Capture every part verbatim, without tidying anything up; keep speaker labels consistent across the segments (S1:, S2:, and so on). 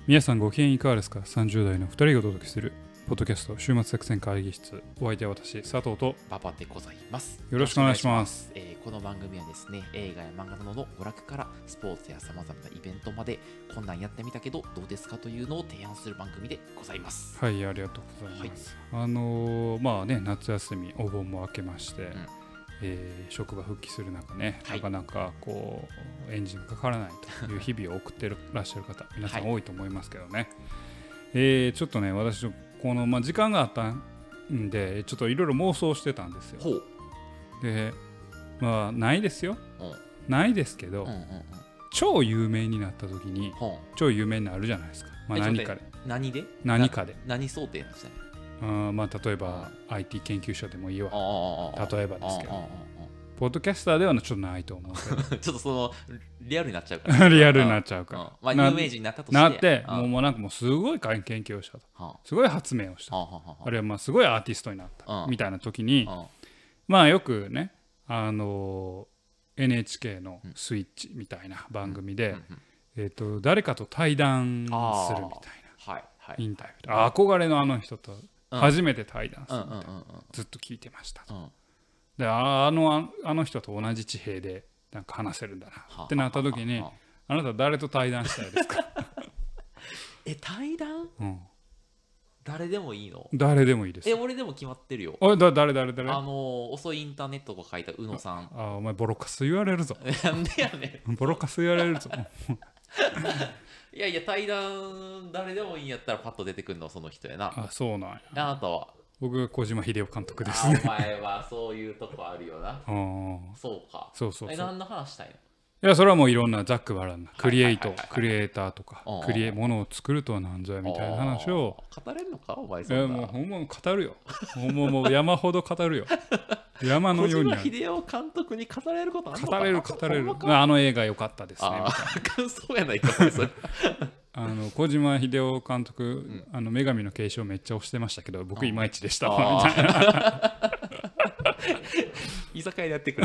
S1: 皆さんご機嫌いかがですか。さんじゅう代のふたりがお届けするポッドキャスト週末作戦会議室。お相手は私佐藤と
S2: パパでございます。
S1: よろしくお願いします。
S2: えー、この番組はですね、映画や漫画などの娯楽からスポーツやさまざまなイベントまでこんなんやってみたけどどうですかというのを提案する番組でございます。
S1: はい、ありがとうございます、はい、あのー、まあね夏休みお盆も明けまして、うんえー、職場復帰する中ね、はい、なかなかこうエンジンがかからないという日々を送ってらっしゃる方皆さん多いと思いますけどね、はいえー、ちょっとね私この、まあ、時間があったんでちょっといろいろ妄想してたんですよ。
S2: ほう
S1: でまあないですよ、うん、ないですけど、うんうんうん、超有名になった時に、うん、超有名になるじゃないですか、まあ、何かで
S2: 何で
S1: 何かで
S2: 何想定なんですね。
S1: あまあ、例えば アイティー 研究者でもいいわ例えばですけどポッドキャスターではちょっとないと思うけど
S2: ちょっとそのリアルになっちゃうから
S1: リアルになっちゃうから、
S2: まあ、有名人になったとして
S1: なってもうもうなんかもうすごい研究をしたとすごい発明をしたあるいはまあすごいアーティストになったみたいな時にまあよくねあの エヌエイチケー のスイッチみたいな番組でえと誰かと対談するみたいなインタビュー憧れのあの人と初めて対談するみたいなずっと聞いてましたとであの、あの人と同じ地平でなんか話せるんだなってなった時にあなた誰と対談したいですか
S2: え対談、うん、誰でもいいの。
S1: 誰でもいいです。
S2: え俺でも決まってるよ。
S1: おだ誰誰誰
S2: あの遅いインターネットが書いた宇野さん。
S1: ああお前ボロカス言われるぞ
S2: なんでやね
S1: んボロカス言われるぞ
S2: いやいや対談誰でもいいんやったらパッと出てくるのはその人やな。
S1: あそうなんや。
S2: あなたは
S1: 僕が小島秀夫監督ですね。
S2: お前はそういうとこあるよな。あそうか。
S1: そうそうそう。
S2: え何の話したいの。
S1: いやそれはもういろんなざっくばらんなクリエイトクリエイターとかクリエものを作るとは何ぞやみたいな話を
S2: 語れるのかお前そんな。
S1: いやもうほんま語るよほんまもう山ほど語るよ山のように
S2: 小島秀夫監督に語れることあるのか。
S1: 語れる語れるあの映画良かったですねみたいな
S2: 感想やないかこれそれ
S1: あの小島秀夫監督、うん、あの女神の継承めっちゃ推してましたけど僕いまいちでしたみたいな
S2: 居酒屋でやってくる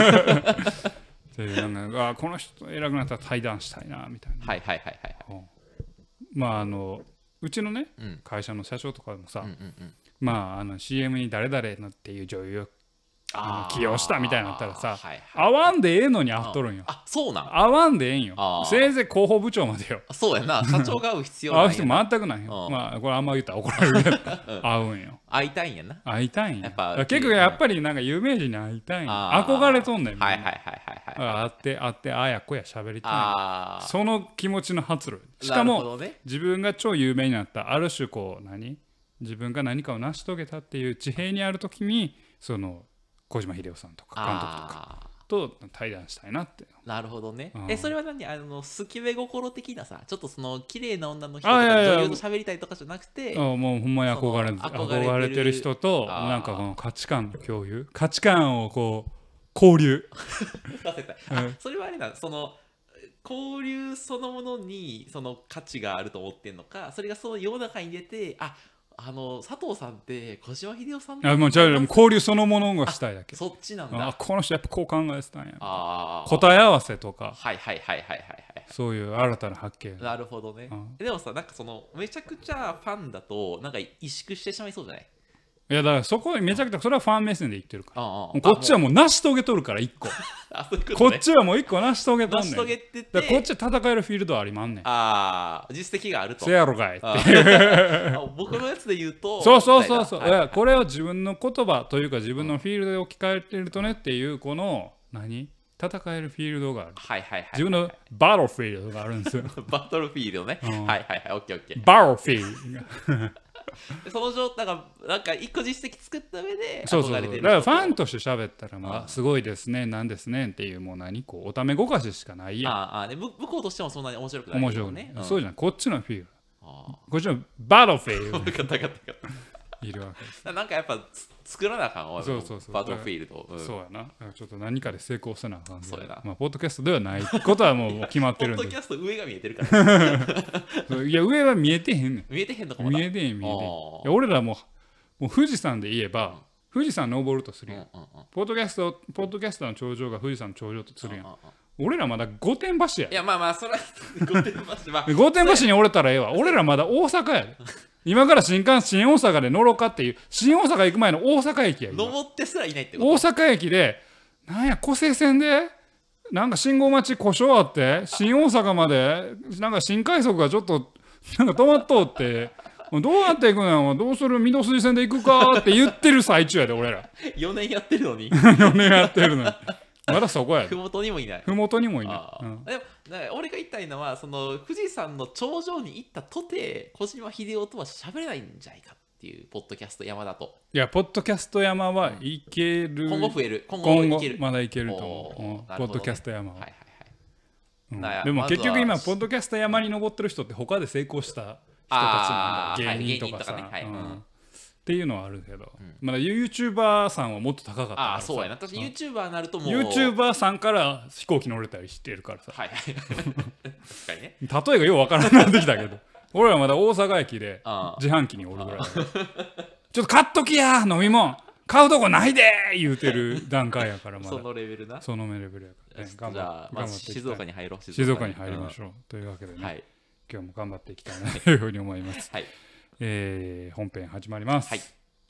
S1: でなんかあこの人偉くなったら対談したいなみたいな
S2: はいはいはいはい、
S1: うん、まああのうちのね、うん、会社の社長とかでもさ、うんうんうん、まああの シーエム に誰々のっていう女優を起用したみたいになったらさ、はいはい、合わんでええのに合っとるんよ。
S2: あそうなん
S1: 合わんでええんよ。せいぜい広報部長までよ。
S2: そうやな社長が会う必要ない
S1: 会う必要全くないよ。まあこれあんま言ったら怒られるけど会うんよ。
S2: 会いたいんやな。
S1: 会いたいんや。やっぱ結局やっぱりなんか有名人に会いたいんや。憧れとんねん。
S2: はいはいはいはいはい。
S1: 会って会ってあやこや喋りたい。その気持ちの発露。しかも、ね、自分が超有名になったある種こう何自分が何かを成し遂げたっていう地平にあるときにその小島秀夫さんとか監督とかと対談したいなって。
S2: なるほどね。えそれは何あの好き目心的なさちょっとその綺麗な女の人とか女優と喋りたいとかじゃなくて
S1: あもうほんまに憧れ憧れてる人となんかこの価値観の共有価値観をこう交流
S2: させたいあそれはあれだその交流そのものにその価値があると思ってんのかそれがその世の中に出てああの佐藤さんって小島秀夫さん
S1: あもうじゃあ交流そのものがしたいだけ。
S2: そっちなんだ。
S1: あこの人やっぱこう考えてたんや。あ答え合わせとか
S2: はいはいはいはいはいはい
S1: そういう新たな発見。
S2: なるほどね。でもさなんかそのめちゃくちゃファンだとなんか萎縮してしまいそうじゃない。
S1: いやだからそこめちゃくちゃそれはファン目線で言ってるからこっちはもう成し遂げとるからいっこ
S2: あそういうこと、ね、
S1: こっちはもういっこ成し遂げとんねん。
S2: 成し遂げてて
S1: だこっちは戦えるフィールドはありまんねん。
S2: ああ実績があると
S1: せやろかいって
S2: 僕のやつで言うと
S1: そうそうそうそう、はいはい、いやこれは自分の言葉というか自分のフィールドで置き換えてるとねっていうこの何戦えるフィールドがある、
S2: はいはいはいはい、
S1: 自分のバトルフィールドがあるんですよ
S2: バトルフィールドね、うん、はいはいはいオッケーオッケー
S1: バトルフィールド
S2: その状態がなんか一個実績作った上で
S1: そうそうそうだからファンとして喋ったらまあすごいですねなんですねっていうもう何こうおためごかししかないやん。
S2: ああで向こうとしてもそんなに面白くないよね。
S1: 面白くない、うん、そうじゃんこっちのフィールドこっちのバトルフィールド
S2: 分かった分かった分かった
S1: いるわけです。
S2: なんかやっぱ作らなあかんわ
S1: そうそうそう
S2: バトルフィールド、
S1: うん、そうやなちょっと何かで成功せなあかん
S2: そうやな、
S1: まあ、ポッドキャストではないことはもう決まってるんで
S2: ポッドキャスト上が見えてるから
S1: いや上は見えてへんねん
S2: 見えてへんのか
S1: も見えてへん見えてへんいや俺らもう、もう富士山で言えば、うん、富士山登るとするやん、うんうんうん、ポッドキャストポッドキャストの頂上が富士山の頂上とするやん、うんうんうん、 俺らまだ御殿場市や。
S2: いやまあまあそれは御殿場市、まあ、
S1: 御殿場市におれたらええわ。俺らまだ大阪やで今から新幹新大阪で乗ろうかっていう新大阪行く前の大阪駅や。
S2: 登ってすらいないってこと。
S1: 大阪駅でなんや湖西線でなんか信号待ち故障あって新大阪までなんか新快速がちょっとなんか止まっとってどうやって行くのよ、どうする、御堂筋線で行くかって言ってる最中やで俺ら
S2: よねんやってるのに
S1: よねんやってるのにまだそこやで。
S2: ふもとにもいない。
S1: ふもとにもいない、うん、
S2: でも俺が言いたいのはその富士山の頂上に行ったとて小島秀夫とは喋れないんじゃないかっていうポッドキャスト山だと。
S1: いやポッドキャスト山はいける、うん、
S2: 今後増える、今後いける、
S1: まだいけると思う、うんね、ポッドキャスト山は、はいはいはい、うん、でも結局今ポッドキャスト山に登ってる人って他で成功した人たちなんだ、芸人とかさ、はいとかね、はい、うん、っていうのはあるけど、うん、まだ YouTuber さんはもっと高かったからさ。
S2: ああそうやな、私 YouTuber になるともう
S1: YouTuber さんから飛行機乗れたりしてるからさ、
S2: はいはい確かにね、
S1: 例えがようわからなくなってきたけど俺らまだ大阪駅で自販機におるぐらいちょっと買っときや飲み物買うとこないで言うてる段階やからまだ
S2: そのレベルな、
S1: そのレベルやから、ね、頑張
S2: じゃあ、まあ、静岡に入ろう。
S1: 静岡に入りましょう、うん、というわけでね、はい、今日も頑張っていきたいなというふうに思います、はい、えー、本編始まります、はい、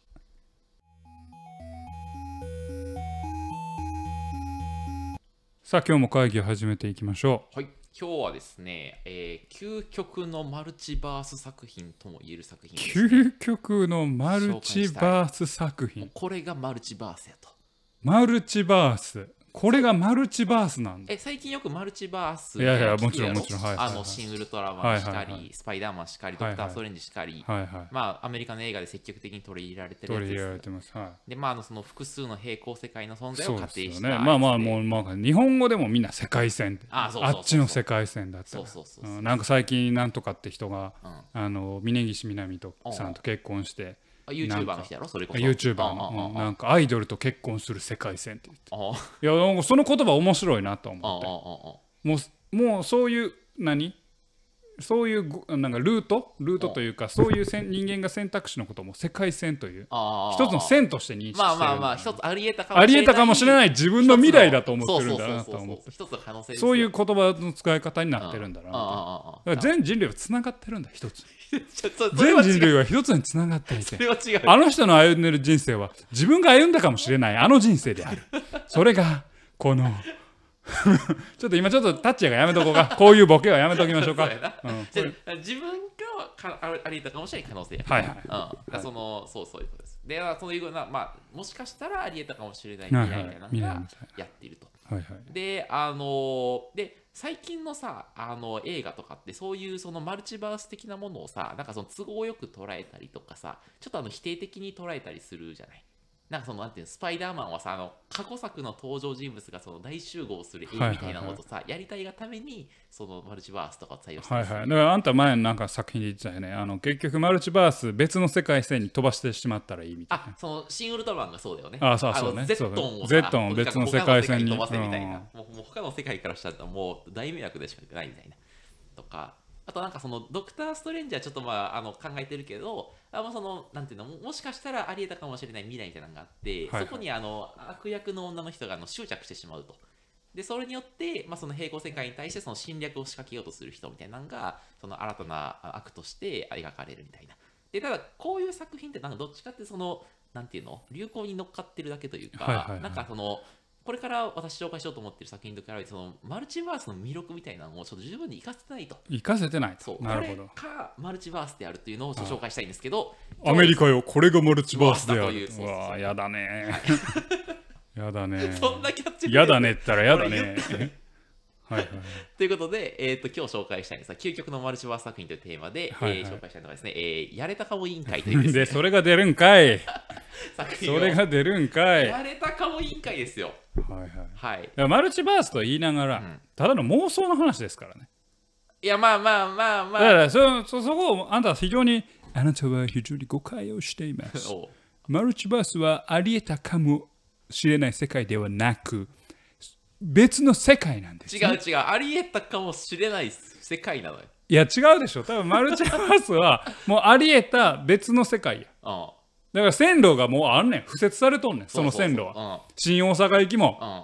S1: さあ今日も会議を始めていきましょう。
S2: はい、今日はですね、えー、究極のマルチバース作品とも言える作品です、ね、
S1: 究極のマルチバース作品、
S2: これがマルチバースやと。
S1: マルチバース、これがマルチバースなんだ。
S2: え最近よくマルチバース、
S1: いやいやもちろんもちろん、はいはいはい、
S2: あの新ウルトラマンしかり、はいはいはい、スパイダーマンしかり、ドクターストレンジしかり、
S1: はいはい、
S2: まあアメリカの映画で積極的に取り入れられてるやつです。
S1: 取り入れられてます、はい、
S2: でまああのその複数の平行世界の存在を仮定した、
S1: ね、まあまあもう、まあ、日本語でもみんな世界線、
S2: あ, そうそうそうそう
S1: あっちの世界線だったら、
S2: そうそうそうそう、
S1: うん、なんか最近なんとかって人が、うん、あの峯岸みなみとさんと結婚して、
S2: YouTuber の人やろ、それこそ
S1: YouTuber の、うん、なんかアイドルと結婚する世界線って言って、いやなんかその言葉面白いなと思って、もう、もうそういう何そういうなんかルートルートというかそういう人間が選択肢のことも世界線という一つの線として認識してる。
S2: まあまあまあ一つありえたかもしれない、
S1: ありえたかもしれない自分の未来だと思ってるんだなと思って、
S2: 一つの可能性ですよ。
S1: そういう言葉の使い方になってるんだな。だから全人類はつながってるんだ、一つ全人類は一つにつながっていて、あの人の歩んでる人生は自分が歩んだかもしれないあの人生である。それがこのちょっと今ちょっとタッチがやめとこうか、こういうボケはやめときましょうか。
S2: うん、自分がありえたかもしれない可能性や、
S1: はいはい、
S2: うん、そのそうそういうことです。でそういうような、まあ、もしかしたらありえたかもしれない未来みたいなのがやっていると、はいはい、であので最近のさあの映画とかってそういうそのマルチバース的なものをさなんかその都合よく捉えたりとかさちょっとあの否定的に捉えたりするじゃない。なんかそのなんていうのスパイダーマンはさあの過去作の登場人物がその大集合する絵みたいなことさ、はいはいはい、やりたいがためにそのマルチバースとかを採用してる、
S1: はいはい、だからあんた前のなんか作品で言ってたよね、あの結局マルチバース別の世界線に飛ばしてしまったらいいみたいな。
S2: あそのシン・ウルトラマンがそうだよね。
S1: あそうそうね、
S2: ゼットンをさ
S1: ゼットンを別の世界線に
S2: 飛ばせみたいな、うん、もうもう他の世界からしたらもう大迷惑でしかないみたいなとか、あとなんかそのドクターストレンジはちょっとまああの考えてるけど、あそのなんていうの も, もしかしたらありえたかもしれない未来みたいなのがあって、はいはい、そこにあの悪役の女の人があの執着してしまうと。でそれによって、まあ、その平行世界に対してその侵略を仕掛けようとする人みたいなのがその新たな悪として描かれるみたいな。でただこういう作品ってなんかどっちかってそのなんていうの流行に乗っかってるだけというか、はいはいはい、なんかそのこれから私紹介しようと思ってる作品と比べてそのマルチバースの魅力みたいなのをちょっと十分に活かせてないと。
S1: 活かせてない。
S2: そう、なるほど。これかマルチバースであるっていうのをちょっと紹介したいんですけど、
S1: アメリカよこれがマルチバースである。
S2: うわ
S1: やだね、はい、やだね
S2: そんなキャッチ
S1: やだねったらやだねはいはい、
S2: ということで、えー、と今日紹介したいのは究極のマルチバース作品というテーマで、はいはいえー、紹介したいのはですね、えー、やれたかも委員会というです、ね、
S1: でそれが出るんかい作品をそれが出るんかい
S2: やれたかも委員会ですよ。
S1: はいはいはい、マルチバースと言いながら、うん、ただの妄想の話ですからね。
S2: いやまあまあまあまあ
S1: だからそ そ, そこをあんたは非常にあなたは非常に誤解をしていますマルチバースはありえたかもしれない世界ではなく別の世界なんです、ね、
S2: 違う違うありえたかもしれない世界なのよ。
S1: いや違うでしょ多分マルチバースはもうありえた別の世界や
S2: ああ
S1: だから線路がもうあんねん敷設されとんねんその線路は、うん、新大阪行きも、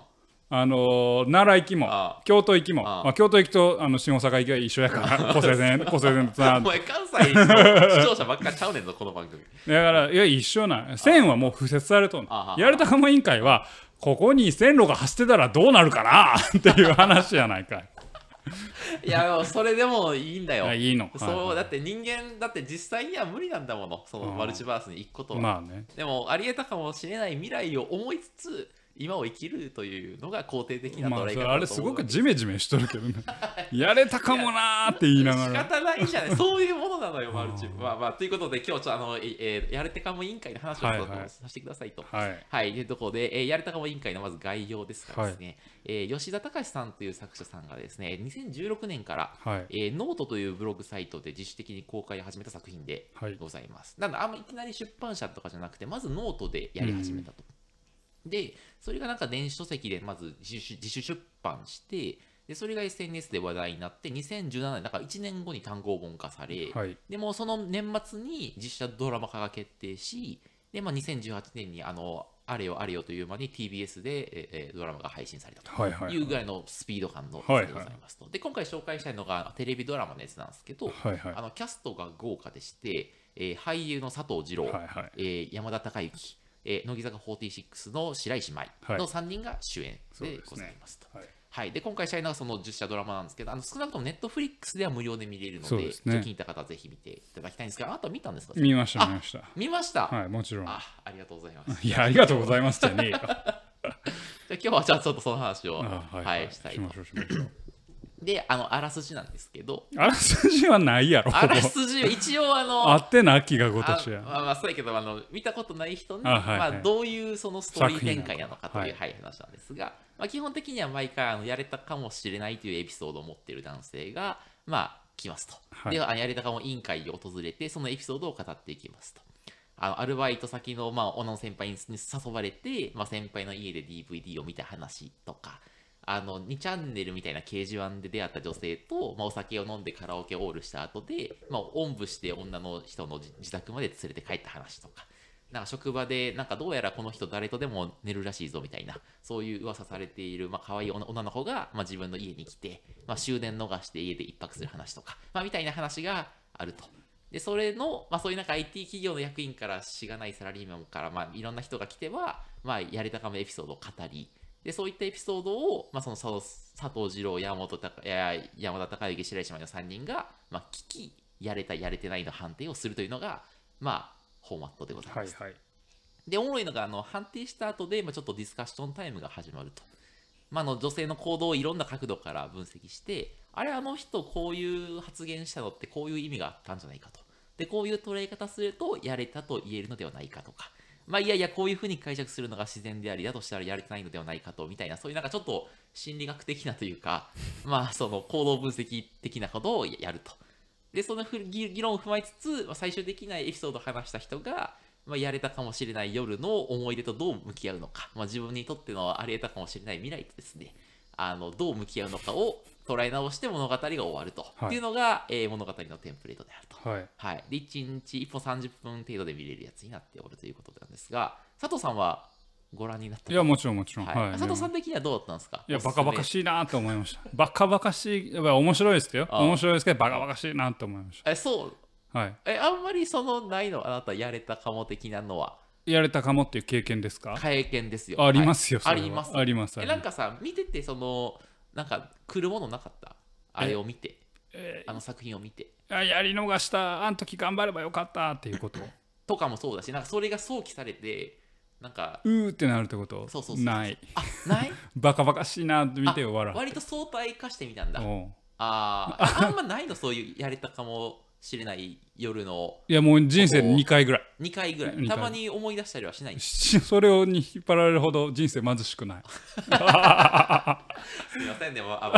S1: あのー、奈良行きも京都行きもまあ、京都行きとあの新大阪行きは一緒やから湖西線湖西線と
S2: お前関西の視聴者ばっかりちゃうねんぞこの番組
S1: だからいや一緒な線はもう敷設されとんのやりたかも委員会はここに線路が走ってたらどうなるかなっていう話じゃないかい
S2: いやそれでもいいんだよ。
S1: いいの。
S2: そう、はいはい、だって人間だって実際には無理なんだものそのマルチバースに行くことは。
S1: まあね。
S2: でもありえたかもしれない未来を思いつつ今を生きるというのが肯定的な捉え方だと思う、
S1: まあ、あれすごくジメジメしとるけどねやれたかもなーって言いながら
S2: 仕方ないじゃないそういうものなのよマルチまあまあということで今日ちょあの、えー、やれたかも委員会の話を、はいはい、させてくださいとはい、はい、というところで、えー、やれたかも委員会のまず概要ですがですね、はいえー、吉田隆さんという作者さんがですねにせんじゅうろくねんから、はいえー、ノートというブログサイトで自主的に公開を始めた作品でございます、はい、なのであんまいきなり出版社とかじゃなくてまずノートでやり始めたと、うんでそれがなんか電子書籍でまず自主自主出版してでそれが エスエヌエス で話題になってにせんじゅうななねんだからいちねんごに単行本化され、はい、でもその年末に実写ドラマ化が決定しで、まあ、にせんじゅうはちねんにあのあれよあれよという間に ティービーエス で、えー、ドラマが配信されたというぐらいのスピード感のやつでございますと、はいはい、で今回紹介したいのがテレビドラマのやつなんですけど、はいはい、あのキャストが豪華でして、えー、俳優の佐藤二朗、はいはいえー、山田孝之えー、乃木坂フォーティーシックスの白石麻衣のさんにんが主演でございますと。はい、はい、で今回したいのはその実写ドラマなんですけどあの少なくともネットフリックスでは無料で見れるので、ね、気に入った方はぜひ見ていただきたいんですがあなたは見たんですか
S1: 見ました見ました
S2: 見ました
S1: はいもちろん
S2: あ, ありがとうございます
S1: いやありがとうございますじゃねえよじゃ
S2: あ今日はじゃあちょっとその話を、はいはいはい、したいとしましょうしましょうで、あの、あらすじなんですけど。
S1: あらすじはないやろ。
S2: あらすじは一応あの。
S1: あってな気がごとしや。
S2: まあまあそうやけど、あの、見たことない人に、あはいはい、まあどういうそのストーリー展開なのかという、はい、はい、話なんですが、まあ基本的には毎回あのやれたかもしれないというエピソードを持っている男性が、まあ来ますと。はい、で、やれたかも委員会を訪れて、そのエピソードを語っていきますと。あのアルバイト先の、まあ、女の先輩に誘われて、まあ、先輩の家で ディーブイディー を見た話とか、あのにチャンネルみたいな掲示板で出会った女性と、まあ、お酒を飲んでカラオケオールした後で、まあ、おんぶして女の人の自宅まで連れて帰った話とか、なんか職場でなんかどうやらこの人誰とでも寝るらしいぞみたいな、そういう噂されている、まあ可愛い女の子が、まあ、自分の家に来て、まあ、終電逃して家で一泊する話とか、まあ、みたいな話があると。でそれの、まあ、そういうなんか アイティー 企業の役員からしがないサラリーマンから、まあ、いろんな人が来ては、まあ、やれたかもエピソードを語り、でそういったエピソードを、まあ、その佐藤二朗、山本た山田孝之、白石麻衣のさんにんが、まあ、聞き、やれた、やれてないの判定をするというのが、まあ、フォーマットでございます。はいはい、で、おもろいのが、あの判定した後で、まあ、ちょっとディスカッションタイムが始まると。まあ、の女性の行動をいろんな角度から分析して、あれ、あの人、こういう発言したのって、こういう意味があったんじゃないかと。で、こういう捉え方すると、やれたと言えるのではないかとか。まあいやいやこういうふうに解釈するのが自然でありだとしたらやれてないのではないかとみたいなそういうなんかちょっと心理学的なというかまあその行動分析的なことをやるとでその議論を踏まえつつ、まあ、最終的なエピソードを話した人が、まあ、やれたかもしれない夜の思い出とどう向き合うのか、まあ、自分にとってのあり得たかもしれない未来とですねあのどう向き合うのかを捉え直して物語が終わると、はい、っていうのが、えー、物語のテンプレートであると、はいはい、でいちにちいっぽんさんじゅっぷん程度で見れるやつになっておるということなんですが佐藤さんはご覧になった
S1: いやもちろんもちろん、
S2: はいはい、佐藤さん的にはどうだったんですか
S1: いやバカバカしいなと思いましたバカバカしいやっぱ面白いですよ面白いですけどバカバカしいなと思いました
S2: えそうはいえあんまりそのないのあなたやれたかも的なのは
S1: やれたかもっていう経験ですか
S2: 経験ですよ
S1: ありますよ、
S2: はい、あります
S1: あります
S2: えなんかさ見ててそのなんか来るものなかったあれを見て、えー、あの作品を見て
S1: ややり逃したあの時頑張ればよかったっていうこと
S2: とかもそうだしなんかそれが想起されてなんか
S1: うーってなるってこと
S2: そうそうそう
S1: ない
S2: あない
S1: バカバカしいなって見て終わら
S2: 割と相対化してみたんだあああんまないのそういうやれたかもしれない夜の
S1: いやもう人生にかいぐらい
S2: にかいぐらいたまに思い出したりはしない
S1: それに引っ張られるほど人生貧しくない
S2: すみませんねもうあ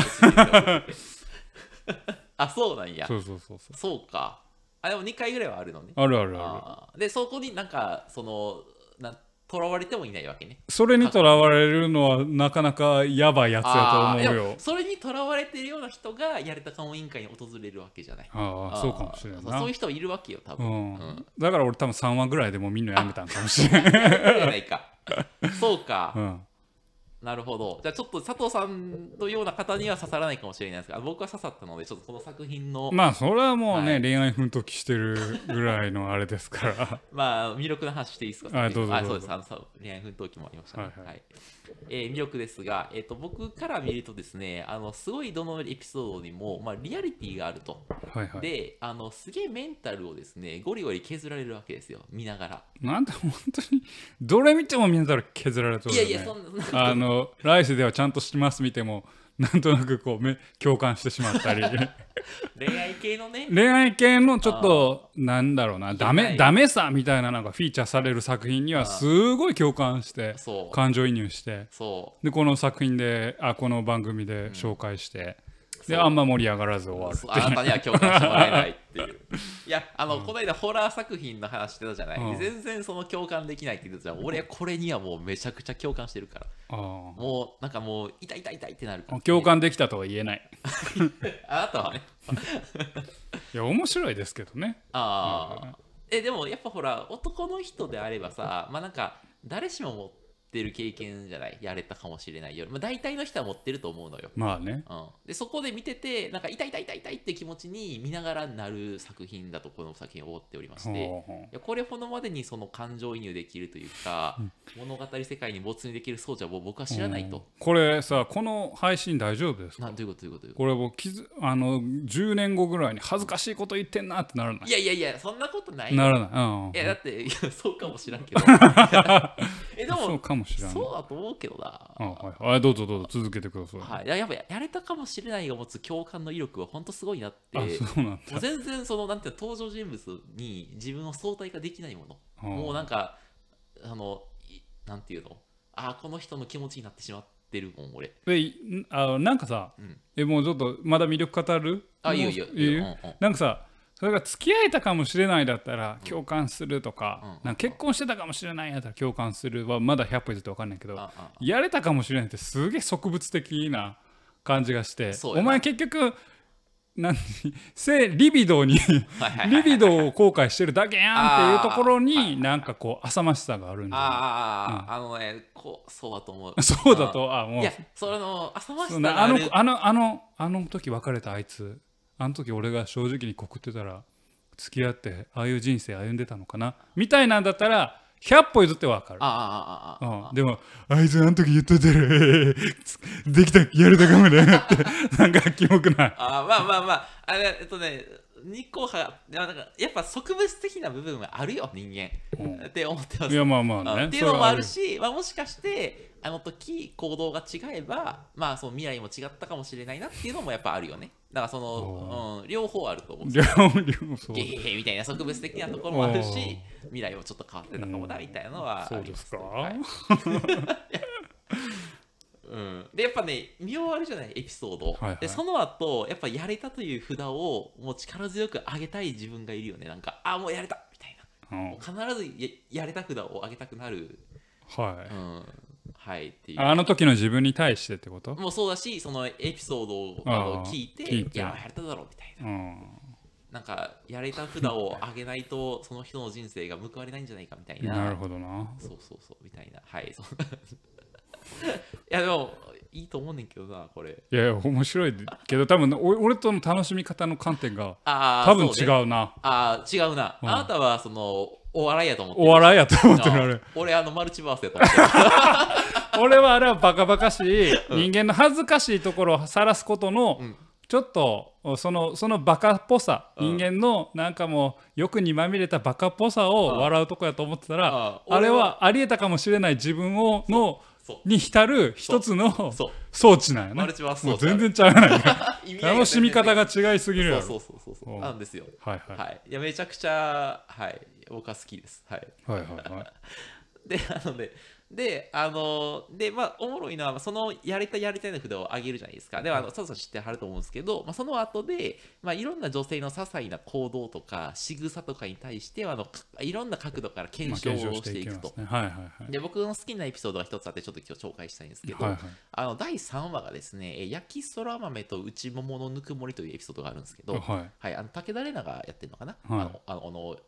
S2: あそうなんや
S1: そうそうそうそう
S2: そうかあでもにかいぐらいはあるのね
S1: あるあるあ
S2: るでそこになんかそのなとらわれてもいないわけね
S1: それにとらわれるのはなかなかやばいやつやと思うよ
S2: それにとらわれてるような人がやれたかも委員会に訪れるわけじゃない
S1: ああそうかもしれないな
S2: そういう人いるわけよ多分、うん
S1: うん、だから俺多分さんわぐらいでもうみんなやめたんかもしれない
S2: ないかそうか、うんなるほど。じゃあちょっと佐藤さんのような方には刺さらないかもしれないですが、僕は刺さったので、ちょっとこの作品の
S1: まあそれはもうね、
S2: はい、
S1: 恋愛奮闘期してるぐらいのあれですから
S2: まあ魅力の話していいですか。
S1: あ、どうぞどうぞ。
S2: あ、そうです。あの恋愛奮闘期もありましたね。はい、はい、えー、魅力ですが、えー、と僕から見るとですね、あのすごいどのエピソードにも、まあ、リアリティがあると、
S1: はいはい、
S2: であのすげえメンタルをですねゴリゴリ削られるわけですよ、見ながら。
S1: なんで本当にどれ見てもメンタル削られてるよね。
S2: いやいや、そんな
S1: あの来世ではちゃんとします見てもなんとなくこうめ共感してしまったり
S2: 恋愛系のね、
S1: 恋愛系のちょっとなんだろうな、ダメダメさみたいなのがフィーチャーされる作品にはすごい共感して感情移入して、
S2: そう
S1: でこの作品であこの番組で紹介して、うん、であんま盛り上がらず終わるっていう。
S2: あなたには共感してもらえないっていういやあの、うん、この間ホラー作品の話してたじゃない、うん、全然その共感できないって言ってたじゃん。俺はこれにはもうめちゃくちゃ共感してるから、あもうなんかもう痛い痛い痛いってなるから、ね、
S1: 共感できたとは言えない
S2: あなたはね
S1: いや面白いですけどね。
S2: ああ、うん、えでもやっぱほら男の人であればさ、まあなんか誰しも持ってる経験じゃない、やれたかもしれないよ、まあ、大体の人は持ってると思うのよ。
S1: まあね、
S2: うん、でそこで見ててなんか痛い痛い痛い痛いって気持ちに見ながらなる作品だとこの作品を追っておりまして、ほうほう、いやこれほどまでにその感情移入できるというか、うん、物語世界に没入できる装置は僕は知らないと、うん、
S1: これさこの配信大丈夫ですか。
S2: なんどういうことどういうこと。
S1: これ僕あのじゅうねんごぐらいに恥ずかしいこと言ってんなってならない。
S2: いやいやいやそんなことない
S1: ならない、うん、
S2: いやだっていやそうかもしらんけどえでも
S1: そうかもしれない、
S2: そうだと思うけどな。
S1: あ、はい、あどうぞどうぞ続けてください。
S2: はい、やっぱやれたかもしれないが持つ共感の威力は本当すごいなって。
S1: あそうなんだ。
S2: もう全然そのなんていうの登場人物に自分を相対化できないもの、もうなんかあのなんていうの、あこの人の気持ちになってしまってるもん俺。
S1: えあなんかさ、うん、えもうちょっとまだ魅力語る。
S2: あいいよいいよいいよ、うんうん、
S1: なんかさそれが付き合えたかもしれないだったら共感するとか、うん、なんか結婚してたかもしれないやったら共感するはまだひゃっぽ譲って分かんないけど、うんうん、やれたかもしれないってすげえ植物的な感じがして、お前結局何せリビドーにリビドーを後悔してるだけやんっていうところになんかこう浅ましさがあるんじゃない。
S2: ああ、うん、あのねこうそうだと思う
S1: そうだとあもう
S2: いやそれの浅ましさが
S1: あるあのあのあのあの時別れたあいつあの時俺が正直に告ってたら付き合ってああいう人生歩んでたのかなみたいなんだったらひゃっぽ譲ってわかる。
S2: ああああああ、
S1: うん、でもあいつあの時言っといてるできたやるだかもねってなんかキモくない。
S2: あまあまあまああれえっとね日光派なんかやっぱ植物的な部分はあるよ人間、うん、って思ってます。
S1: いやまあまあね
S2: っていうのもあるし、まあ、もしかしてあの時行動が違えばまあその未来も違ったかもしれないなっていうのもやっぱあるよね。だからその、うん、両方あると思うんですよ。両方そうゲヘヘみたいな植物的なところもあるし未来もちょっと変わってたかもなみたいなのはあります。
S1: そうですか、
S2: はいうん、でやっぱね見終わるじゃないエピソード、はいはい、でその後やっぱやれたという札をもう力強く上げたい自分がいるよね。なんかあもうやれたみたいな、うん、もう必ず や, やれた札を上げたくなる。
S1: はい、
S2: うんはいっていう、
S1: あの時の自分に対してってこと
S2: もうそうだしそのエピソードをあの聞いて聞いていややれただろうみたいな、うん、なんかやれた札を上げないとその人の人生が報われないんじゃないかみたいな。
S1: なるほどな。
S2: そうそうそうみたいな。はいそういやでもいいと思うねんけどなこれ。
S1: いやいや面白いけど多分俺との楽しみ方の観点が多分違うな。
S2: あ、ね、あ違うな、うん、あなたはそのお笑いやと思って
S1: る。お笑いやと思ってる俺。
S2: 俺あのマルチバースやと思ってる
S1: 俺はあれはバカバカしい人間の恥ずかしいところを晒すことの、うん、ちょっとそのそのバカっぽさ、うん、人間のなんかもう欲にまみれたバカっぽさを笑うとこやと思ってたら、あ, あ, あれはありえたかもしれない自分をのに浸る一つの装置なんやね。
S2: マルチバース
S1: 装置。もう全然ちゃうやないか楽しみ方が違いすぎるやろ。
S2: そうそうそうそうそうなんですよ。
S1: はいはい、
S2: はい、いやめちゃくちゃはい僕は好きです。はい
S1: はいはいはい
S2: でなのでであのでまあおもろいのはそのやりたいやりたいの札を上げるじゃないですか。ではあの佐藤さん知ってはると思うんですけど、まあ、その後でまあいろんな女性の些細な行動とか仕草とかに対してあのいろんな角度から検証をしていくと。で僕の好きなエピソードが一つあってちょっと今日紹介したいんですけど、はいはい、あのだいさんわがですね焼きそら豆と内もものぬくもりというエピソードがあるんですけど、はいはい、あの武田玲奈がやってるのかな、はい、あのあの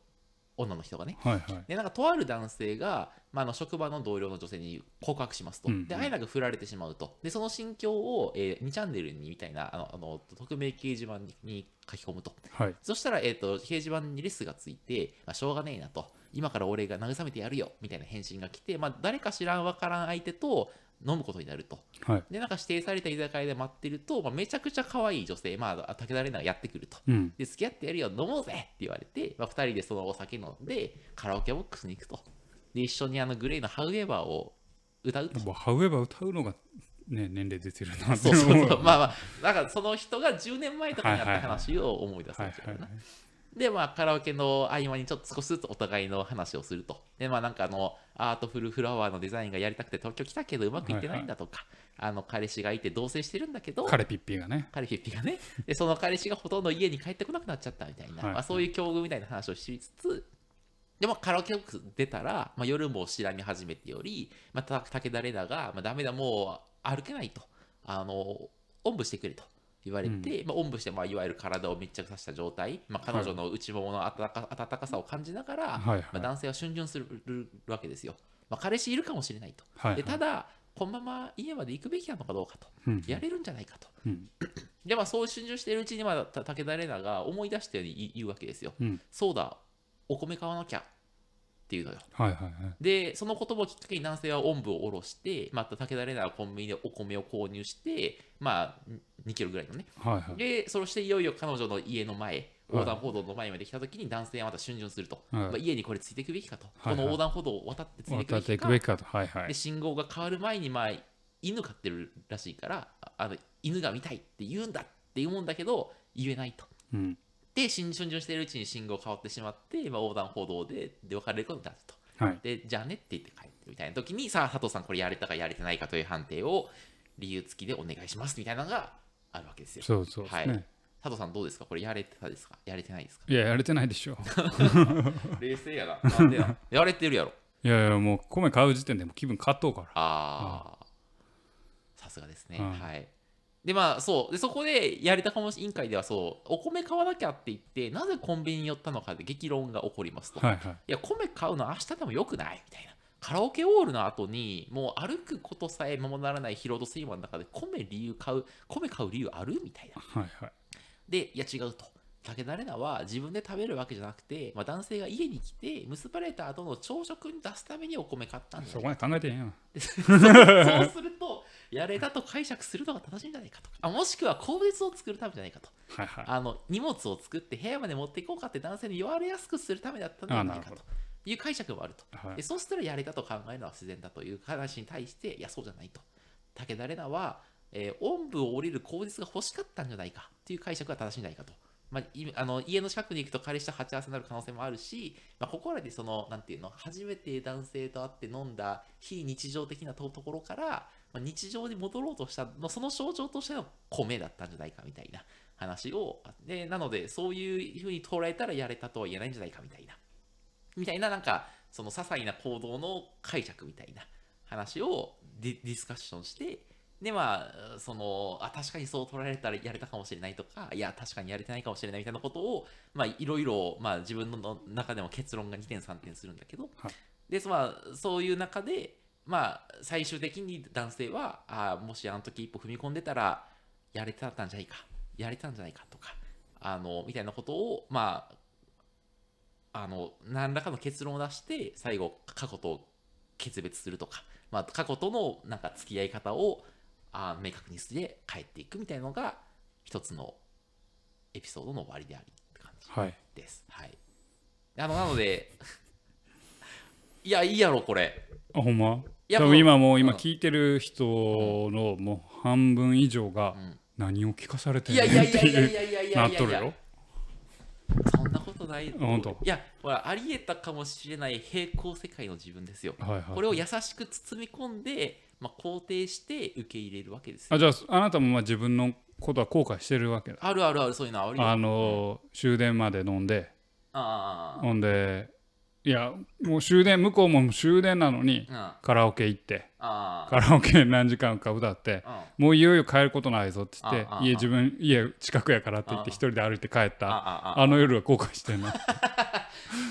S2: 女の人がね、
S1: はいはい、
S2: でなんかとある男性が、まあ、あの職場の同僚の女性に告白しますと、うんうん、であえなく振られてしまうと、でその心境を、えー、にチャンネルにみたいなあのあの匿名掲示板に書き込むと、
S1: はい、
S2: そしたら、えー、と掲示板にレスがついて、まあ、しょうがねえなと、今から俺が慰めてやるよみたいな返信が来て、まあ、誰か知らんわからん相手と飲むことになると、
S1: はい、
S2: でなんか指定された居酒屋で待ってると、まあ、めちゃくちゃ可愛い女性、まあ、武田玲奈がやってくると、
S1: うん、
S2: で付き合ってやるよ飲もうぜって言われて、まあ、ふたりでそのお酒飲んでカラオケボックスに行くと、で一緒にあのグレーのハウエバーを歌うと。
S1: もうハウエバー歌うのが、ね、年齢出てるなって
S2: そうそうそうまあまあなんかその人がじゅうねんまえとかにあった話を思い出すんですよね。でまあカラオケの合間にちょっと少しずつお互いの話をすると、でまあなんかあのアートフルフラワーのデザインがやりたくて東京来たけどうまくいってないんだとか、はいはい、あの彼氏がいて同棲してるんだけど、
S1: 彼ピッピがね
S2: 彼ピッピがねでその彼氏がほとんど家に帰ってこなくなっちゃったみたいな、はいはい、まあ、そういう境遇みたいな話をしつつ、でもカラオケボックス出たら、まあ、夜もしらみ始めてより、また武田玲奈が、まあ、ダメだもう歩けないと、あのおんぶしてくれと言われて、うん、まあ、おんぶして、まあ、いわゆる体を密着させた状態、まあ、彼女の内ももの温か、温かさを感じながら、はいはい、まあ、男性は逡巡するわけですよ。まあ、彼氏いるかもしれないと、はいはい、でただこのまま家まで行くべきなのかどうかと、うん、やれるんじゃないかと、うん、でまあそう逡巡しているうちに、まあ、武田玲奈が思い出したように言うわけですよ、うん、そうだお米買わなきゃっていうのよ、はいはいはい、でその言葉をきっかけに男性はおんぶを下ろして、また武田玲奈はコンビニでお米を購入して、まあにキロぐらいのね、はいはい、でそしていよいよ彼女の家の前、横断歩道の前まで来た時に男性はまた逡巡すると、はい、まあ、家にこれついていくべきかと、はいはい、この横断歩道を渡ってついていくべきか、べきかと、はいはい、で信号が変わる前に、まあ、犬飼ってるらしいからあの犬が見たいって言うんだって言うもんだけど言えないと、うん、で逡巡しているうちに信号変わってしまって、まあ、横断歩道でで別れることになると、はい、でじゃあねって言って帰ってるみたいな時に、さあ佐藤さんこれやれたかやれてないかという判定を理由付きでお願いしますみたいなのがあるわけですよ。
S1: そうそうですね、はい、
S2: 佐藤さんどうですか、これやれてたですか、やれてないですか。
S1: いややれてないでしょ
S2: 冷静やな、なんでややれてるやろ。
S1: いやいやもう米買う時点でもう気分変わっとうから。
S2: ああさすがですね、うん、はい。でまあそうでそこでやりたかもし委員会ではそうお米買わなきゃって言ってなぜコンビニに寄ったのかで激論が起こりますと、はいはい、いや米買うの明日でもよくないみたいな、カラオケオールの後にもう歩くことさえままならない疲労と睡魔の中で米理由買う米買う理由あるみたいな、はいはい、でいや違うと、武田玲奈は自分で食べるわけじゃなくて、まあ、男性が家に来て結ばれた後の朝食に出すためにお米買ったんだよ。
S1: そこまで考えてへんやん。
S2: そうするとやれたと解釈するのが正しいんじゃないかとか、あもしくは口別を作るためじゃないかと、はいはい、あの荷物を作って部屋まで持っていこうかって男性に言われやすくするためだったんじゃないかという解釈もあると、はい、でそうしたらやれたと考えるのは自然だという話に対して、いやそうじゃないと、武田玲奈は、えー、おんぶを降りる口実が欲しかったんじゃないかっていう解釈が正しいんじゃないかと、まあ、あの家の近くに行くと彼氏と鉢合わせになる可能性もあるし、まあ、ここらでそのなんていうの初めて男性と会って飲んだ非日常的なところから、まあ、日常に戻ろうとしたのその象徴としての米だったんじゃないかみたいな話をで、なのでそういうふうに捉えたらやれたとは言えないんじゃないかみたいなみたいななんかその些細な行動の解釈みたいな話をディ、ディスカッションして、でまあそのあ確かにそう捉えられたらやれたかもしれないとか、いや確かにやれてないかもしれないみたいなことをまあいろいろまあ自分の中でも結論がにてんさんてんするんだけど、はい、でまあそういう中でまあ最終的に男性はあもしあの時一歩踏み込んでたらやれてたんじゃないかやれてたんじゃないかとかあのみたいなことをまああの何らかの結論を出して最後過去と決別するとか、まあ、過去とのなんか付き合い方をあ明確にして帰っていくみたいなのが一つのエピソードの終わりでありって感じです。はい。はい、あのなのでいやいいやろこれ。
S1: あほんま。多分今もう今聞いてる人のもう半分以上が何を聞かされてるのっていうなっとるよ。
S2: そんなことない。本当。いやほらありえたかもしれない平行世界の自分ですよ。はいはい、これを優しく包み込んで。まあ、肯定して受け入れるわけですよ。
S1: あじゃああなたもまあ自分のことは後悔してるわけだ。
S2: あるあるあるそういうのあるよ。
S1: あの、うん、終電まで飲んで
S2: あ
S1: ほんでいやもう終電向こうも終電なのにカラオケ行ってカラオケ何時間か歌ってもういよいよ帰ることないぞって言って家自分家近くやからって言って一人で歩いて帰ったあの夜は後悔してんの。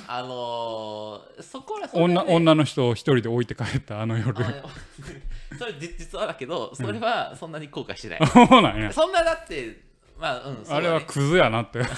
S2: あのー、そこら
S1: それ、ね、女, 女の人を一人で置いて帰ったあの夜
S2: それ実はだけどそれはそんなに後悔してない、
S1: うん、そうなんや。
S2: そんなだってまあうん、ね、
S1: あれはクズやなって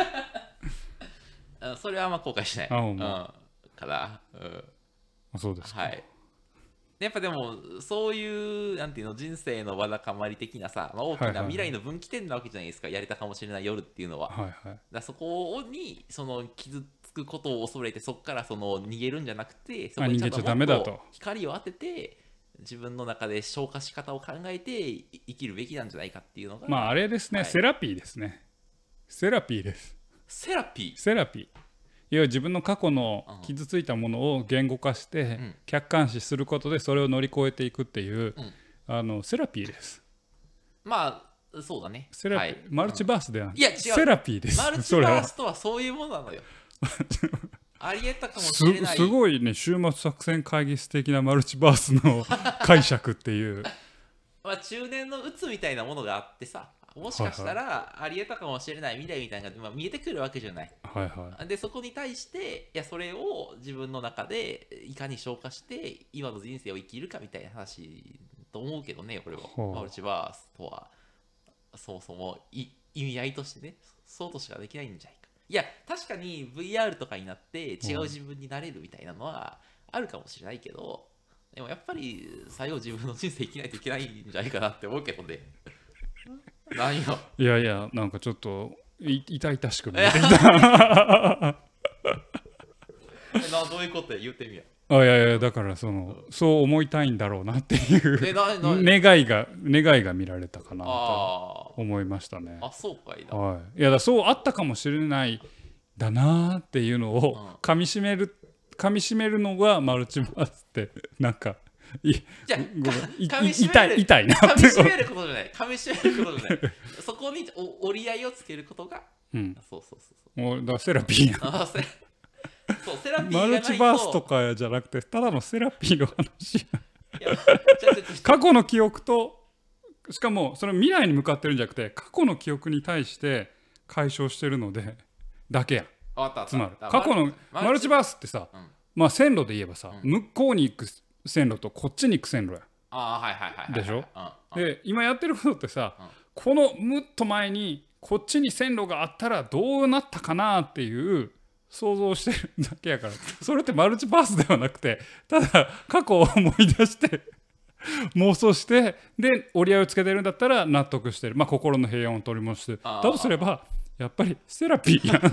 S2: それはあんま後悔しない、
S1: あ、ほんま、
S2: うん、から、うん、
S1: そうですか。
S2: はい。やっぱでもそういうなんていうの人生のわだかまり的なさ、まあ、大きな未来の分岐点なわけじゃないですか、はいはいはい、やれたかもしれない夜っていうのは、
S1: はいはい、
S2: だそこにその傷つくことを恐れてそこからその逃げるんじゃなくて、そこにちゃんともっと光を当てて自分の中で消化し方を考えて生きるべきなんじゃないかっていうのが、
S1: まああれですね、はい、セラピーですね。セラピーです。
S2: セラピー
S1: セラピーいや自分の過去の傷ついたものを言語化して客観視することでそれを乗り越えていくっていう、うん、あのセラピーです。
S2: まあそうだね。
S1: セラピー、はい、マルチバースではなく、
S2: うん、いや違う、
S1: セラピーです。
S2: マルチバースとはそういうものなのよありえたかもしれない
S1: す, すごいね、終末作戦会議室的なマルチバースの解釈っていう
S2: まあ中年の鬱みたいなものがあってさ、もしかしたらありえたかもしれない未来みたいなのが見えてくるわけじゃない、
S1: はいはい、
S2: でそこに対していやそれを自分の中でいかに消化して今の人生を生きるかみたいな話と思うけどね、これは、はあ、マルチバースとはそもそも意味合いとしてね、そうとしかできないんじゃないか。いや確かに ブイアール とかになって違う自分になれるみたいなのはあるかもしれないけど、でもやっぱり最後自分の人生生きないといけないんじゃないかなって思うけどね何よ。
S1: いやいや、なんかちょっとい痛々しく見えてきたな
S2: どういうこと言ってみよ
S1: う。あいやいや、だからその、うん、そう思いたいんだろうなっていう願いが願いが見られたかなと思いましたね。
S2: あ、そうかいな、
S1: はい、いやだそうあったかもしれないだなっていうのを噛みしめる噛みしめるのがマルチバースってなんかいじゃ
S2: あ
S1: 痛い痛いな
S2: 噛みしめることじゃない噛みしめることじゃないそこにお折り合いをつけることが、うん、そうそうそうそう、
S1: もうだからセラピーや
S2: あセそうセラピー
S1: マルチバースとかじゃなくてただのセラピーの話過去の記憶としかもそれ未来に向かってるんじゃなくて過去の記憶に対して解消してるのでだけや。つまり過去のマルチバースってさ、うん、まあ線路で言えばさ、うん、向こうに行く線路とこっちに行く線路や。
S2: あはいはいはい
S1: でしょ。で今やってることってさ、うん、このむっと前にこっちに線路があったらどうなったかなっていう想像してるだけやからそれってマルチバースではなくてただ過去を思い出して妄想してで折り合いをつけてるんだったら納得してる、まあ心の平穏を取り戻してだとすればやっぱりセラピーやん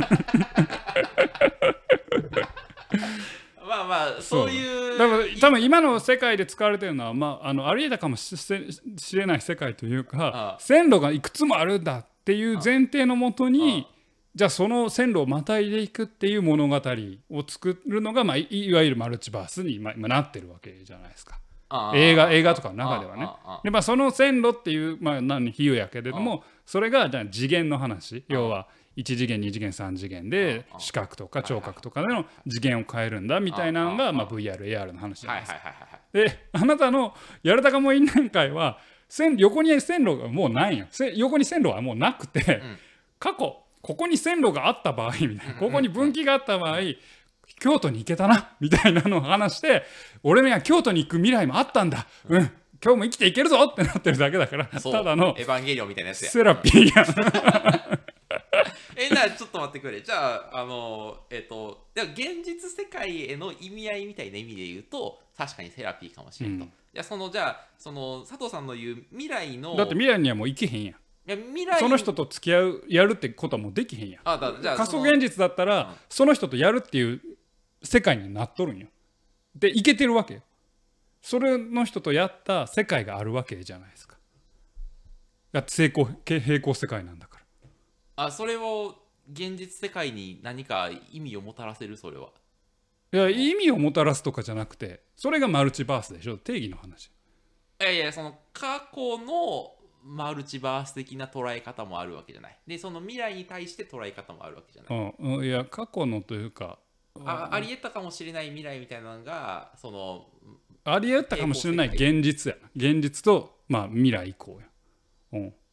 S2: まあまあそういう
S1: だから多分今の世界で使われてるのは、まあ、あのありえたかもしれない世界というか線路がいくつもあるんだっていう前提のもとにじゃあその線路をまたいでいくっていう物語を作るのが、まあ、いわゆるマルチバースに今、今なってるわけじゃないですか。映画、映画とかの中ではね。で、まあ、その線路っていう、まあ、何比喩やけれどもそれがじゃあ次元の話、要はいち次元に次元さん次元で視覚とか聴覚とかでの次元を変えるんだみたいなのが、まあ、ブイアール、エーアール の話じゃないですか。であなたのやれたかも因縁会は線横に線路がもうないんよ。横に線路はもうなくて、うん、過去ここに線路があった場合みたいな、ここに分岐があった場合京都に行けたなみたいなのを話して俺には京都に行く未来もあったんだ、うん、今日も生きていけるぞってなってるだけだからただの
S2: エヴァンゲリオンみたいなやつや
S1: セラピーや
S2: えなちょっと待ってくれ。じゃああのえっ、ー、とでは現実世界への意味合いみたいな意味で言うと確かにセラピーかもしれんと、うん、じゃあそのじゃあその佐藤さんの言う未来の
S1: だって未来にはもう行けへんやん。いや未来その人と付き合うやるってことはもうできへんやん。
S2: あだじゃあ
S1: 仮想現実だったら、うん、その人とやるっていう世界になっとるんよ。でいけてるわけよ。それの人とやった世界があるわけじゃないですか。だって成功平行世界なんだから。
S2: あそれを現実世界に何か意味をもたらせる。それはい
S1: や意味をもたらすとかじゃなくてそれがマルチバースでしょ。定義の話。
S2: いやいやその過去のマルチバース的な捉え方もあるわけじゃない。でその未来に対して捉え方もあるわけじゃない。
S1: うん、いや過去のというか
S2: あ, ありえたかもしれない未来みたいなのがその
S1: ありえたかもしれない現実やな。現実と、まあ、未来以降や、うん、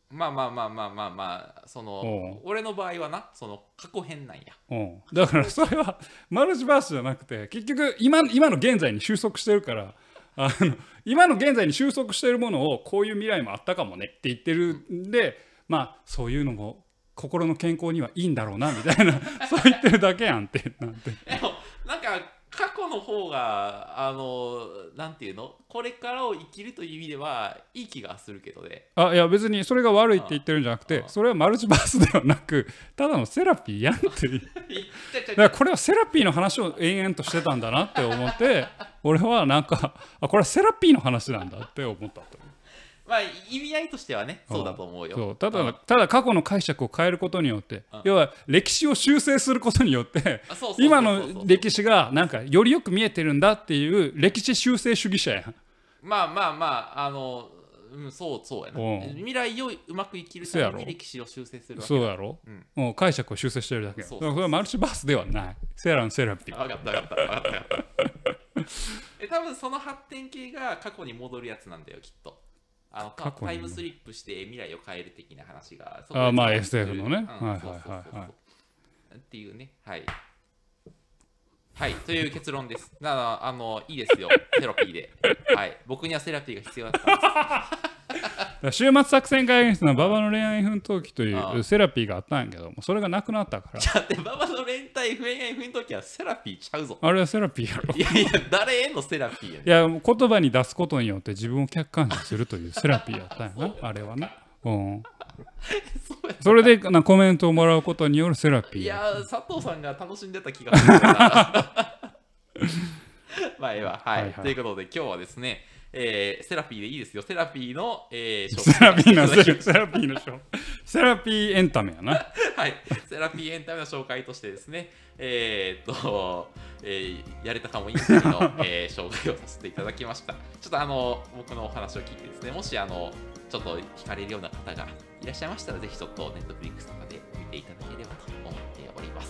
S2: まあまあまあまあまあまあその俺の場合はなその過去編なんや。
S1: うんだからそれはマルチバースじゃなくて結局 今, 今の現在に収束してるからあの今の現在に収束してるものをこういう未来もあったかもねって言ってるんで、まあそういうのも心の健康にはいいんだろうなみたいなそう言ってるだけやんってなんて。
S2: でもなんか過去の方があのなんていうのこれからを生きるという意味ではいい気がするけどね。
S1: あいや別にそれが悪いって言ってるんじゃなくてそれはマルチバースではなくただのセラピーやんっていうだからこれはセラピーの話を延々としてたんだなって思って俺はなんかあこれはセラピーの話なんだって思ったと。
S2: まあ意味合いとしてはねそうだと思うよ。
S1: そうただただ過去の解釈を変えることによって要は歴史を修正することによって今の歴史がなんかよりよく見えてるんだっていう歴史修正主義者やん。
S2: まあまあまああの、うん、そうそうやな未来をうまく生きるために歴史を修正するわけ
S1: そうやろ、うん、もう解釈を修正してるだけ。そうそうそうそれはマルチバースではないセランセラピー。
S2: 分かった分かった分かった分かったえ多分その発展系が過去に戻るやつなんだよきっと。あのタイムスリップして未来を変える的な話がそ
S1: あまあ エスエフ のね、うん、はいはいはいはい
S2: っていうねはいはいという結論です。だからあのいいですよセラピーではい僕にはセラピーが必要だったん
S1: です週末作戦会議室の馬場の恋愛奮闘記というセラピーがあったんやけどもそれがなくなったから。
S2: じゃあって馬場の恋愛奮闘記はセラピーちゃうぞ。
S1: あれはセラピーやろ。
S2: いやいや誰へのセラピーやねん。
S1: いや言葉に出すことによって自分を客観視するというセラピーやったんやなあれはな。うんそれでなコメントをもらうことによるセラピー。
S2: いや佐藤さんが楽しんでた気がするからまあええわ、はい、はいはい、ということで今日はですね、えー、セラピーでいいですよセラピーの、えー、
S1: セラピーのセラピーのショーセラピーエンタメやな
S2: はいセラピーエンタメの紹介としてですねえー、っと、えー、やれたかもいいんの、えー、紹介をさせていただきました。ちょっとあの僕のお話を聞いてですねもしあのちょっと惹かれるような方がいらっしゃいましたらぜひちょっとネットフリックスとかで見ていただければと思っております。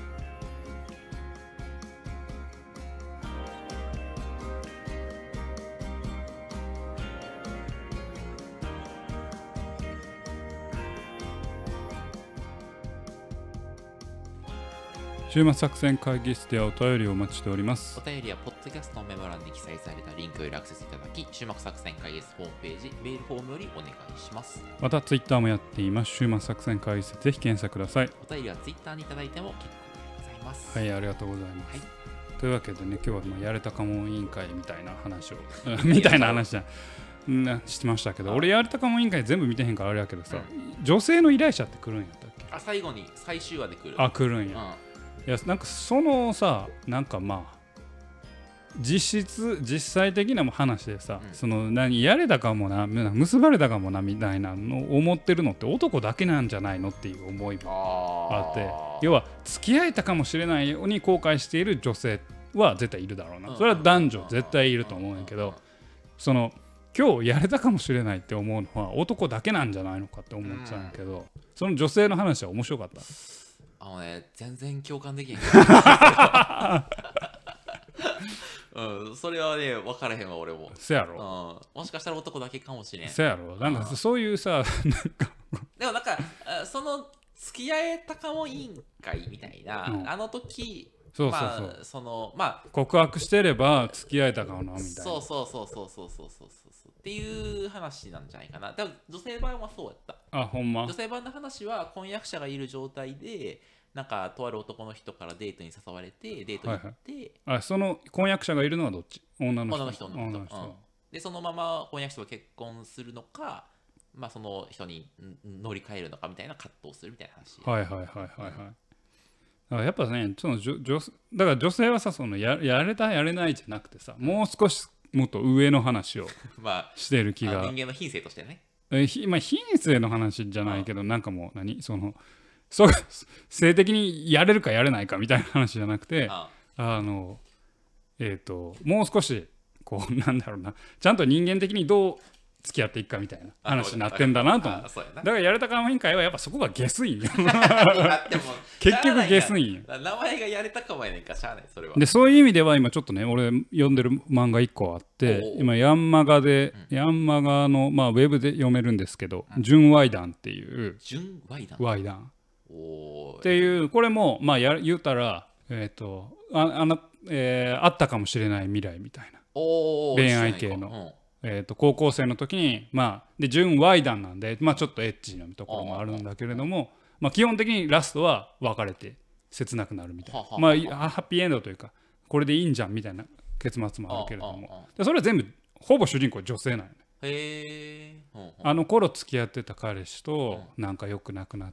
S1: 週末作戦会議室ではお便りをお待ちしております。
S2: お便りはポッドキャストのメモ欄に記載されたリンクよりアクセスいただき週末作戦会議室ホームページメールフォームよりお願いします。
S1: またツイッターもやっています。週末作戦会議室ぜひ検索ください。
S2: お便りはツイッターにいただいても結構でございます。
S1: はい、ありがとうございます、はい、というわけでね今日はまあやれたかも委員会みたいな話をみたいな話じゃんしてましたけど、俺やれたかも委員会全部見てへんからあれやけどさ、うん、女性の依頼者って来るんやったっけ。
S2: あ最後に最終話で来る。
S1: あ来るんや、うんいやなんかそのさなんかまあ実質実際的な話でさ、うん、その何やれたかもな結ばれたかもなみたいなのを思ってるのって男だけなんじゃないのっていう思いもあって要は付き合えたかもしれないように後悔している女性は絶対いるだろうな、うん、それは男女絶対いると思うんやけど、うん、その今日やれたかもしれないって思うのは男だけなんじゃないのかって思っちゃうんやけど、うん、その女性の話は面白かった。
S2: あのね、全然共感できへんうん、それはね分からへんわ俺も。
S1: せやろ、
S2: うん、もしかしたら男だけかもしれん。
S1: せやろなんかそういうさなんか
S2: でもなんかその付き合えたかも委員会みたいな、うん、あの時
S1: そうそうそう、
S2: まあ、そのまあ
S1: 告白してれば付き合えたかもなみたいな。
S2: そうそうそうそうそうそうそうそうっていう話なんじゃないかな。多分女性版はそうやった。
S1: あほんま。
S2: 女性版の話は婚約者がいる状態でなんかとある男の人からデートに誘われてデートに行って、はいはい、
S1: あその婚約者がいるのはどっち。女の人。
S2: 女の人女の人、うん、でそのまま婚約者と結婚するのか、まあ、その人に乗り換えるのかみたいな葛藤するみたいな話。
S1: はいはいはいはいはい、うんだからやっぱねその女だから女性はさその や, やれたやれないじゃなくてさもう少しもっと上の話をしてる気が、
S2: まあ、人間の品性としてね
S1: え、まあ、品性の話じゃないけど、うん、なんかもう何そのそ性的にやれるかやれないかみたいな話じゃなくて、うん、あのえっ、ー、ともう少しこうなんだろうなちゃんと人間的にどう付き合っていくかみたいな話になってんだなと思う。だからやれたかも委員会はやっぱそこがゲスいんよ結局ゲスいんよ。
S2: 名前がやれたかもやねんかしゃあないそれは。
S1: でそういう意味では今ちょっとね俺読んでる漫画いっこあって今ヤンマガで、うん、ヤンマガの、まあ、ウェブで読めるんですけど、うん、純ワイダンっていう
S2: 純ワイダン
S1: ワイダンっていうこれもまあや言うたらえっ、ー、と あ, あ, の、えー、あったかもしれない未来みたいな恋愛系の。えー、と高校生の時にまあで純ワイダンなんで、まあ、ちょっとエッチなところもあるんだけれども、まあ、基本的にラストは別れて切なくなるみたいな、まあ、ハッピーエンドというかこれでいいんじゃんみたいな結末もあるけれども、でそれは全部ほぼ主人公女性なんよね。
S2: へー、
S1: あの頃付き合ってた彼氏となんかよくなくなって、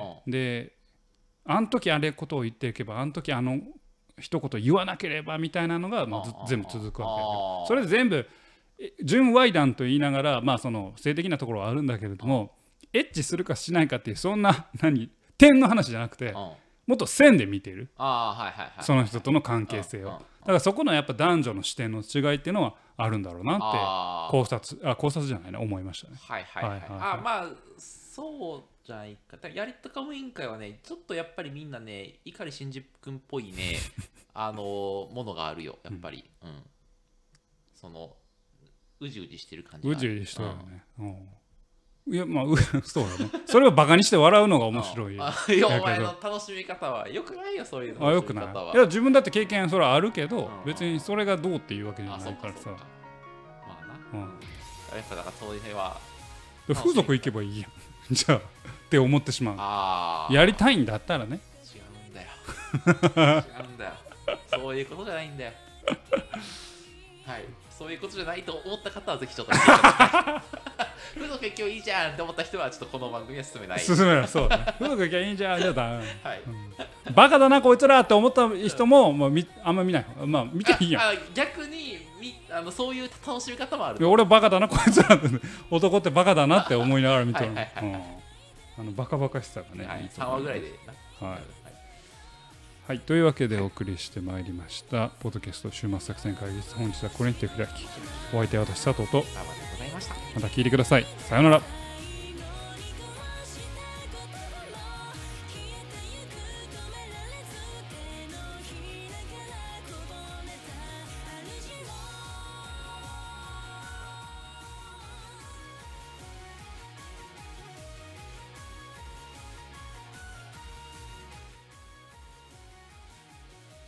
S1: であの時あれことを言っていけばあの時あの一言言わなければみたいなのがまあ全部続くわけだけど、それで全部純ワイダンと言いながら、まあ、その性的なところはあるんだけれども、エッチするかしないかっていうそんな何点の話じゃなくて、もっと線で見てるその人との関係性を。だからそこのやっぱ男女の視点の違いっていうのはあるんだろうなって考察あ考察じゃないな思いましたね。
S2: はいはいはい。あまあそうじゃないか。やりたかも委員会はねちょっとやっぱりみんなね碇シンジ君っぽいねあのものがあるよやっぱり。うん、うん、そのうじうじしてる感じがある。
S1: うじうじしてるよね、うん、いやまあそうだねそれをバカにして笑うのが面白いよ、
S2: うん、いやお前の楽しみ方はよくないよそういうの。
S1: あよくない。いや自分だって経験それはあるけど、うん、別にそれがどうっていうわけじゃないからさ。ま
S2: あな、うん、やっぱだからそういう辺は
S1: 風俗行けばいいやんじゃあって思ってしまう。あやりたいんだったらね。
S2: 違うんだよ違うんだよそういうことじゃないんだよはいそういうことじゃないと思った方はぜひちょっと見てください風俗今日いいじゃんって思った人はちょっとこの番組は進めない。
S1: 進めないそうね。風俗今日いいじゃんじゃあだ、はいうん、バカだなこいつらって思った人も、まあ、みあんま見ない。まあ見ていいやん。ああ
S2: 逆にみあのそういう楽しみ方もある。
S1: 俺バカだなこいつらって男ってバカだなって思いながら見てる。あのバカバカしさがね、はい、
S2: いいさんわぐらいでな。はい
S1: はい、というわけでお送りしてまいりましたポッドキャスト週末作戦会議室、本日はこれにて開き、お相手は私佐藤と
S2: また聞いてください。
S1: さようなら。